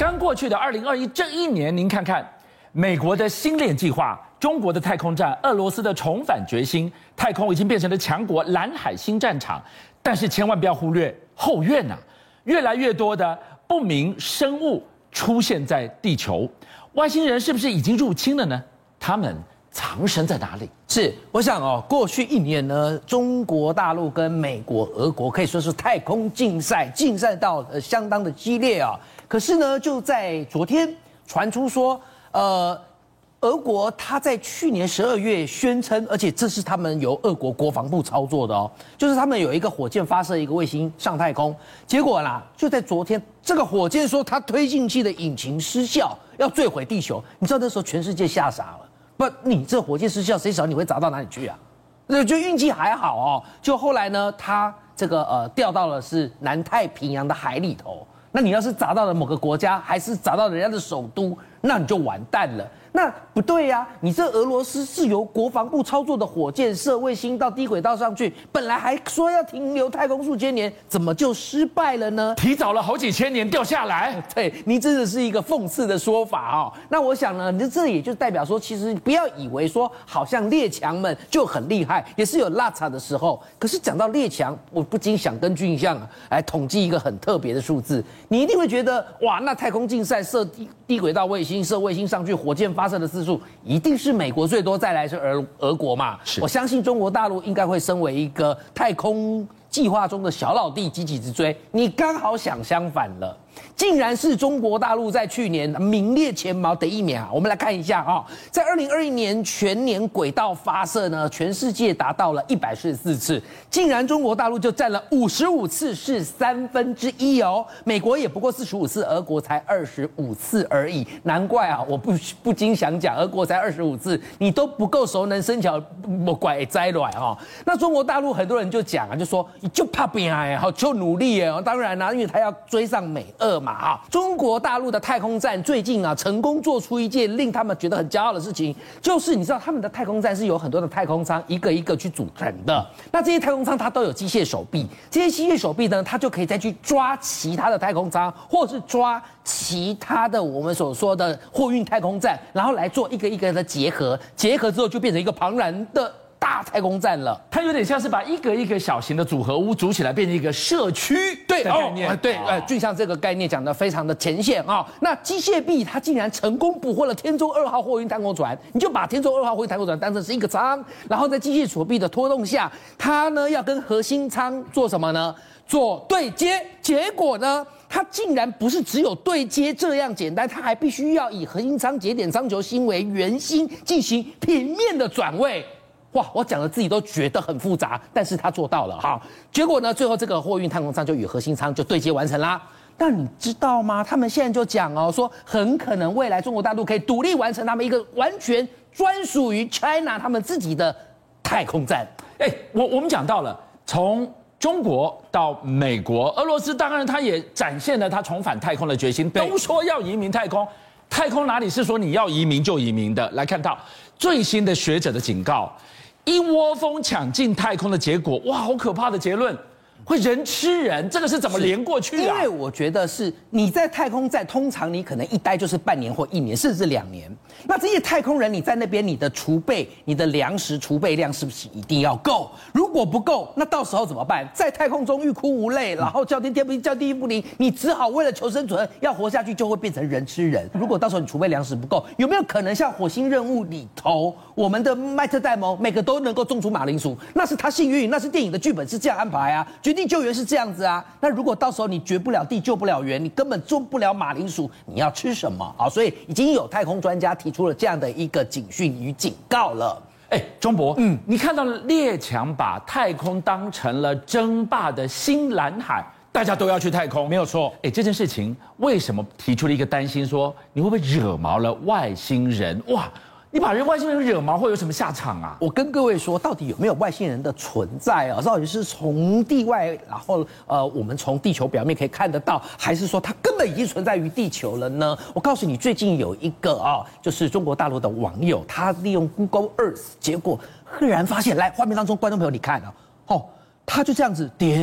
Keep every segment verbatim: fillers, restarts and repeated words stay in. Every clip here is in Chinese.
刚过去的二零二一这一年，您看看，美国的星链计划、中国的太空站、俄罗斯的重返决心，太空已经变成了强国蓝海新战场。但是千万不要忽略后院呐、啊，越来越多的不明生物出现在地球，外星人是不是已经入侵了呢？他们藏身在哪里？ 是，我想哦，过去一年呢，中国大陆跟美国、俄国可以说是太空竞赛，竞赛到呃相当的激烈啊。可是呢，就在昨天传出说，呃，俄国他在去年十二月宣称，而且这是他们由俄国国防部操作的哦，就是他们有一个火箭发射一个卫星上太空，结果啦，就在昨天，这个火箭说它推进器的引擎失效，要坠毁地球。你知道那时候全世界吓傻了。不，你这火箭失效，谁晓得你会砸到哪里去啊？那就运气还好哦。就后来呢，它这个呃掉到了是南太平洋的海里头。那你要是砸到了某个国家，还是砸到人家的首都，那你就完蛋了。那不对呀、啊，你这俄罗斯是由国防部操作的火箭射卫星到低轨道上去，本来还说要停留太空数千年，怎么就失败了呢？ 提早了好几千年掉下来。 对，你真的是一个讽刺的说法哦。那我想呢，这也就代表说，其实不要以为说好像列强们就很厉害，也是有落差的时候。可是讲到列强，我不禁想根据印象来统计一个很特别的数字，你一定会觉得哇，那太空竞赛射低低轨道卫星，射卫星上去，火箭发射的次数一定是美国最多，再来是俄俄国嘛。我相信中国大陆应该会身为一个太空计划中的小老弟急起直追，你刚好想相反了，竟然是中国大陆在去年名列前茅的一名啊！我们来看一下啊，在二零二一年全年轨道发射呢，全世界达到了一百四十四次，竟然中国大陆就占了五十五次，是三分之一哦。美国也不过四十五次，俄国才二十五次而已。难怪啊，我不不禁想讲，俄国才二十五次，你都不够熟能生巧，我拐栽卵哈。那中国大陆很多人就讲啊，就说你就怕变哎，好就努力哎，当然啦、啊，因为他要追上美俄嘛哈。中国大陆的太空站最近啊，成功做出一件令他们觉得很骄傲的事情，就是你知道他们的太空站是有很多的太空舱一个一个去组成的。那这些太空舱它都有机械手臂，这些机械手臂呢，它就可以再去抓其他的太空舱，或是抓其他的我们所说的货运太空站，然后来做一个一个的结合，结合之后就变成一个庞然的大太空站了。 它有点像是把一个一个小型的组合屋组起来，变成一个社区的概念。 哦、对，呃，就像这个概念讲的非常的前线啊、哦。那机械臂它竟然成功捕获了天舟二号货运太空船，你就把天舟二号货运太空船当成是一个舱，然后在机械手臂的拖动下，它呢要跟核心舱做什么呢？做对接。结果呢？它竟然不是只有对接这样简单，它还必须要以核心舱节点舱球芯为圆心进行平面的转位。哇，我讲的自己都觉得很复杂，但是他做到了哈。结果呢，最后这个货运太空舱就与核心舱就对接完成啦。但你知道吗？他们现在就讲哦，说很可能未来中国大陆可以独立完成他们一个完全专属于 China 他们自己的太空站。 哎，我我们讲到了从中国到美国，俄罗斯当然它也展现了它重返太空的决心，都说要移民太空，太空哪里是说你要移民就移民的？来看到最新的学者的警告，一窝蜂抢进太空的结果，哇，好可怕的结论！会人吃人，这个是怎么连过去的、啊？ 因为我觉得是你在太空站，通常你可能一待就是半年或一年，甚至两年。那这些太空人，你在那边，你的储备、你的粮食储备量是不是一定要够？如果不够，那到时候怎么办？在太空中欲哭无泪，然后叫天天不应，叫地不灵，你只好为了求生存，要活下去，就会变成人吃人。如果到时候你储备粮食不够，有没有可能像火星任务里头，我们的麦特戴蒙每个都能够种出马铃薯？那是他幸运，那是电影的剧本是这样安排啊。决定救援是这样子啊，那如果到时候你绝不了地、救不了援，你根本种不了马铃薯，你要吃什么？好，所以已经有太空专家提出了这样的一个警讯与警告了。 哎，钟博，嗯，你看到列强把太空当成了争霸的新蓝海，大家都要去太空， 没有错。 哎，这件事情为什么提出了一个担心，说你会不会惹毛了外星人？哇！你把人外星人惹毛会有什么下场啊？ 我跟各位说，到底有没有外星人的存在啊？到底是从地外，然后呃，我们从地球表面可以看得到，还是说它根本已经存在于地球了呢？我告诉你，最近有一个啊，就是中国大陆的网友，他利用 Google Earth， 结果赫然发现，来画面当中，观众朋友你看啊，哦，他就这样子点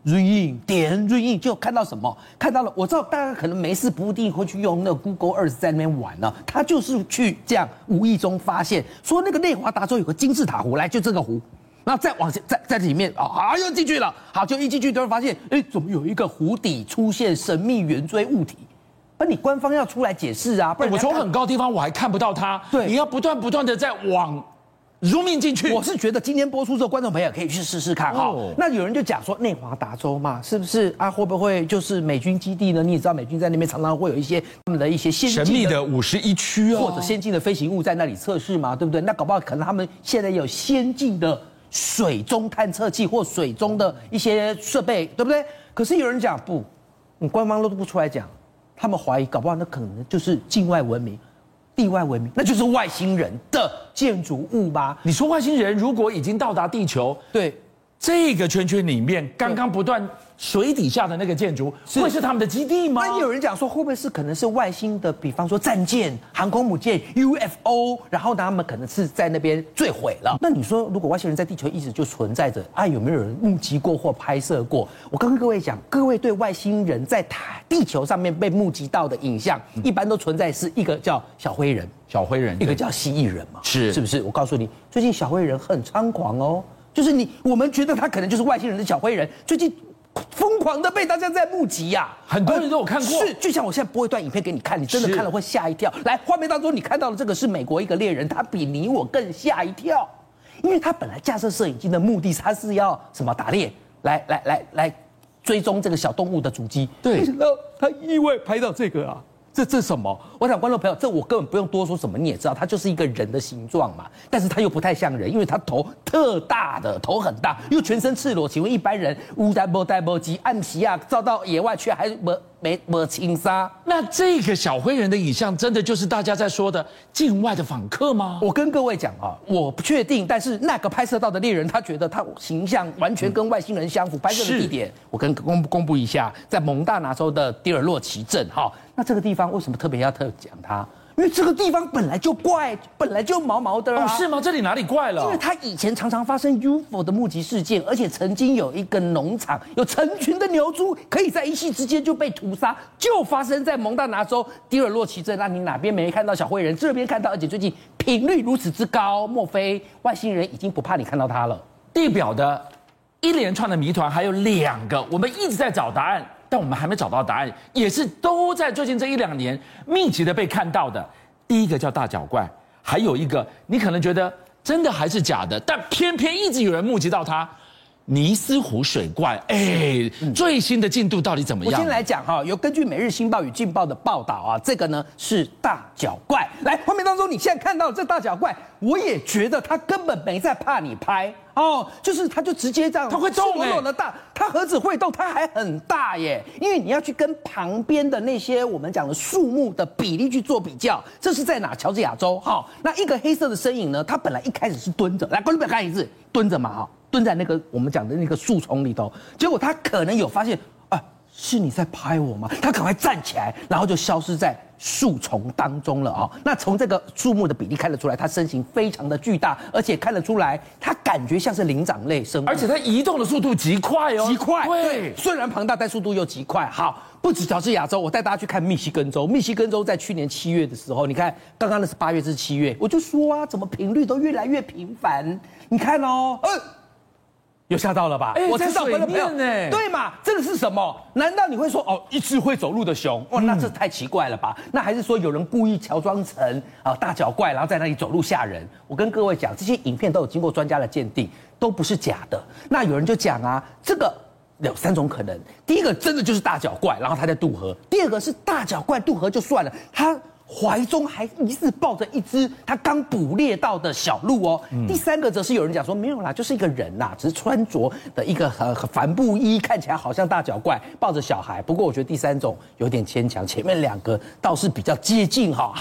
润印点润印，就看到什么？看到了，我知道大家可能没事不一定会去用那个 Google Earth 在那边玩呢。他就是去这样无意中发现，说那个内华达州有个金字塔湖，来就这个湖，然后再往在在里面啊，好又进去了，好就一进去就会发现，哎，怎么有一个湖底出现神秘圆锥物体？那你官方要出来解释啊，不然我从很高地方我还看不到它， 对， 你要不断不断的在往。入命进去， 我是觉得今天播出之后，观众朋友可以去试试看哈。哦、那有人就讲说内华达州嘛，是不是啊？会不会就是美军基地呢？你也知道，美军在那边常常会有一些他们的一些先进的神秘的五十一区啊， 或者先进的飞行物在那里测试嘛，对不对？那搞不好可能他们现在有先进的水中探测器或水中的一些设备，对不对？可是有人讲不，你官方都不出来讲，他们怀疑搞不好那可能就是境外文明。地外文明，那就是外星人的建筑物吧？ 你说外星人如果已经到达地球， 对这个圈圈里面刚刚不断水底下的那个建筑，会是他们的基地吗？ 那有人讲说，会不会是可能是外星的，比方说战舰、航空母舰、U F O， 然后他们可能是在那边坠毁了。那你说，如果外星人在地球一直就存在着，啊，有没有人目击过或拍摄过？我刚跟各位讲，各位对外星人在台地球上面被目击到的影像，一般都存在是一个叫小灰人， 小灰人， 一个叫蜥蜴人嘛， 是是不是？我告诉你，最近小灰人很猖狂哦。就是你，我们觉得他可能就是外星人的小灰人，最近疯狂的被大家在目击呀、 啊，很多人都有看过。 是，就像我现在播一段影片给你看，你真的看了会吓一跳。来，画面当中你看到的这个是美国一个猎人，他比你我更吓一跳，因为他本来架设摄影机的目的，他是要什么打猎，来来来来追踪这个小动物的足迹。 对， 没想到他意外拍到这个啊。这这什么？我想观众朋友，这我根本不用多说什么，你也知道，它就是一个人的形状嘛。但是它又不太像人，因为它头特大的，头很大，又全身赤裸。请问一般人无带不带不及暗时啊，照到野外去还没没没轻纱？ 那这个小灰人的影像，真的就是大家在说的境外的访客吗？ 我跟各位讲啊，我不确定，但是那个拍摄到的猎人，他觉得他形象完全跟外星人相符。拍摄的地点，我跟公公布一下，在蒙大拿州的迪尔洛奇镇哈。那这个地方为什么特别要特讲它？因为这个地方本来就怪，本来就毛毛的啊。 哦，是吗？这里哪里怪了？ 因为它以前常常发生 U F O 的目击事件，而且曾经有一个农场有成群的牛猪可以在一夕之间就被屠杀，就发生在蒙大拿州迪尔洛奇镇。那你哪边没看到小灰人？这边看到，而且最近频率如此之高，莫非外星人已经不怕你看到它了？ 地表的一连串的谜团还有两个，我们一直在找答案。但我们还没找到答案，也是都在最近这一两年密集的被看到的。第一个叫大脚怪，还有一个你可能觉得真的还是假的，但偏偏一直有人目击到它。尼斯湖水怪，哎，最新的进度到底怎么样？ 我先来讲哈，有根据《每日新报》与《劲报》的报道啊，这个呢是大脚怪。来，画面当中你现在看到这大脚怪，我也觉得他根本没在怕你拍哦，就是他就直接这样， 他会动哎、欸， 的大，他何止会动，他还很大耶，因为你要去跟旁边的那些我们讲的树木的比例去做比较，这是在哪？乔治亚州哈，那一个黑色的身影呢，他本来一开始是蹲着，来，观众朋友看一次，蹲着嘛哈。蹲在那个我们讲的那个树丛里头，结果他可能有发现啊，是你在拍我吗？他赶快站起来，然后就消失在树丛当中了啊、哦。那从这个树木的比例看得出来，它身形非常的巨大，而且看得出来，它感觉像是灵长类生物， 而且它移动的速度极快哦， 极快。 对， 虽然庞大，但速度又极快。好，不止乔治亚州，我带大家去看密西根州。密西根州在去年七月的时候，你看刚刚那是八月，这是七月，我就说啊，怎么频率都越来越频繁？你看哦，呃。有吓到了吧？ 哎， 我知道， 在水面呢， 对嘛？这个是什么？难道你会说哦，一只会走路的熊？哦，那这太奇怪了吧？那还是说有人故意乔装成啊大脚怪，然后在那里走路吓人？我跟各位讲，这些影片都有经过专家的鉴定，都不是假的。那有人就讲啊，这个有三种可能：第一个真的就是大脚怪，然后他在渡河；第二个是大脚怪渡河就算了，他怀中还疑似抱着一只他刚捕猎到的小鹿哦。嗯、第三个则是有人讲说没有啦，就是一个人呐，只是穿着的一个很帆布衣，看起来好像大脚怪抱着小孩。不过我觉得第三种有点牵强，前面两个倒是比较接近哈。好，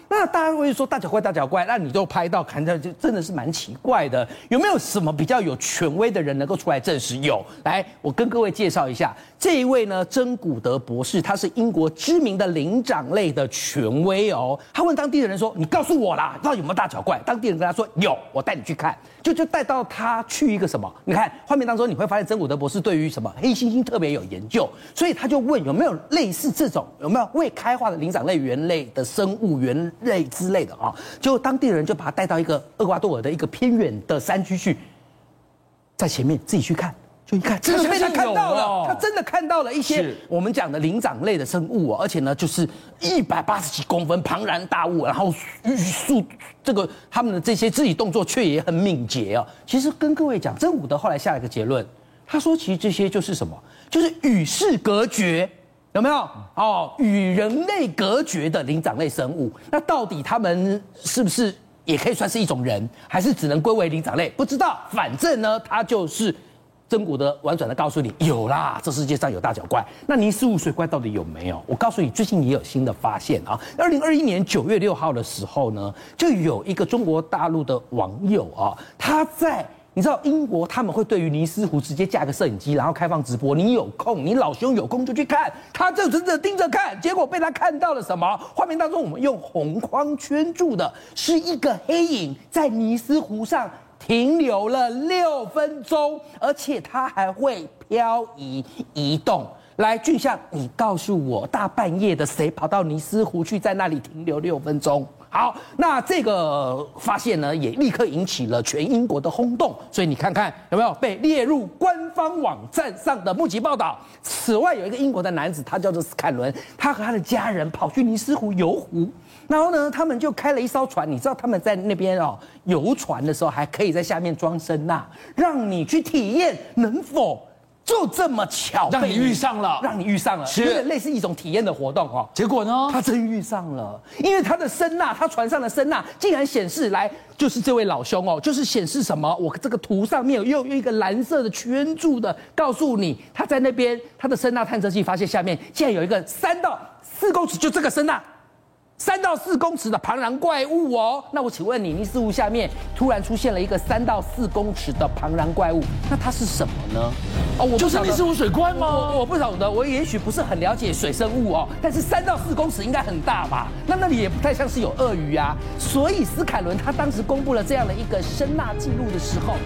那大家会说大脚怪大脚怪，那你就拍到看到就真的是蛮奇怪的。有没有什么比较有权威的人能够出来证实？有，来，我跟各位介绍一下，这一位呢，珍古德博士，他是英国知名的灵长类的权威哦。他问当地的人说：“你告诉我啦，到底有没有大脚怪？”当地人跟他说：“有，我带你去看。”就就带到他去一个什么？你看画面当中，你会发现珍古德博士对于什么黑猩猩特别有研究，所以他就问有没有类似这种有没有未开化的灵长类、猿类的生物、猿类之类的啊？结果当地人就把他带到一个厄瓜多尔的一个偏远的山区去，在前面自己去看。就一看，真的被他看到了，他真的看到了一些我们讲的灵长类的生物哦，而且呢，就是一百八十几公分，庞然大物，然后速这个他们的这些肢体动作却也很敏捷哦。其实跟各位讲，珍古德后来下了一个结论，他说其实这些就是什么，就是与世隔绝。有没有哦？与人类隔绝的灵长类生物，那到底他们是不是也可以算是一种人，还是只能归为灵长类？不知道，反正呢，它就是珍古德婉转的告诉你，有啦，这世界上有大脚怪。那尼斯湖水怪到底有没有？我告诉你，最近也有新的发现啊。二零二一年九月六号的时候呢，就有一个中国大陆的网友啊，他在。你知道英国他们会对于尼斯湖直接架个摄影机，然后开放直播。你有空，你老兄有空就去看。他就真的盯着看，结果被他看到了什么？画面当中我们用红框圈住的是一个黑影在尼斯湖上停留了六分钟，而且它还会漂移移动。来，俊相，你告诉我，大半夜的谁跑到尼斯湖去，在那里停留六分钟？好，那这个发现呢，也立刻引起了全英国的轰动。所以你看看有没有被列入官方网站上的目击报道。此外，有一个英国的男子，他叫做斯坎伦，他和他的家人跑去尼斯湖游湖，然后呢，他们就开了一艘船。你知道他们在那边哦游船的时候，还可以在下面装声呐，让你去体验能否。就这么巧， 让你遇上了， 让你遇上了，有点类似一种体验的活动哦。 结果呢， 他真遇上了，因为他的声呐，他船上的声呐竟然显示来，就是这位老兄哦，就是显示什么？我这个图上面又有一个蓝色的圈住的，告诉你他在那边，他的声呐探测器发现下面竟然有一个三到四公尺，就这个声呐。三到四公尺的庞然怪物哦，那我请问你，尼斯湖下面突然出现了一个三到四公尺的庞然怪物，那它是什么呢？ 哦，我就是尼斯湖水怪吗？ 我我不晓得，我也许不是很了解水生物哦，但是三到四公尺应该很大吧？那那里也不太像是有鳄鱼啊，所以斯凯伦他当时公布了这样的一个声呐记录的时候，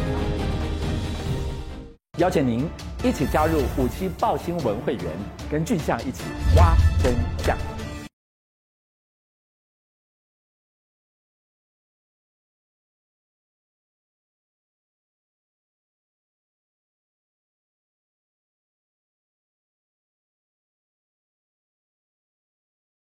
邀请您一起加入五七爆新闻会员，跟俊相一起挖真相。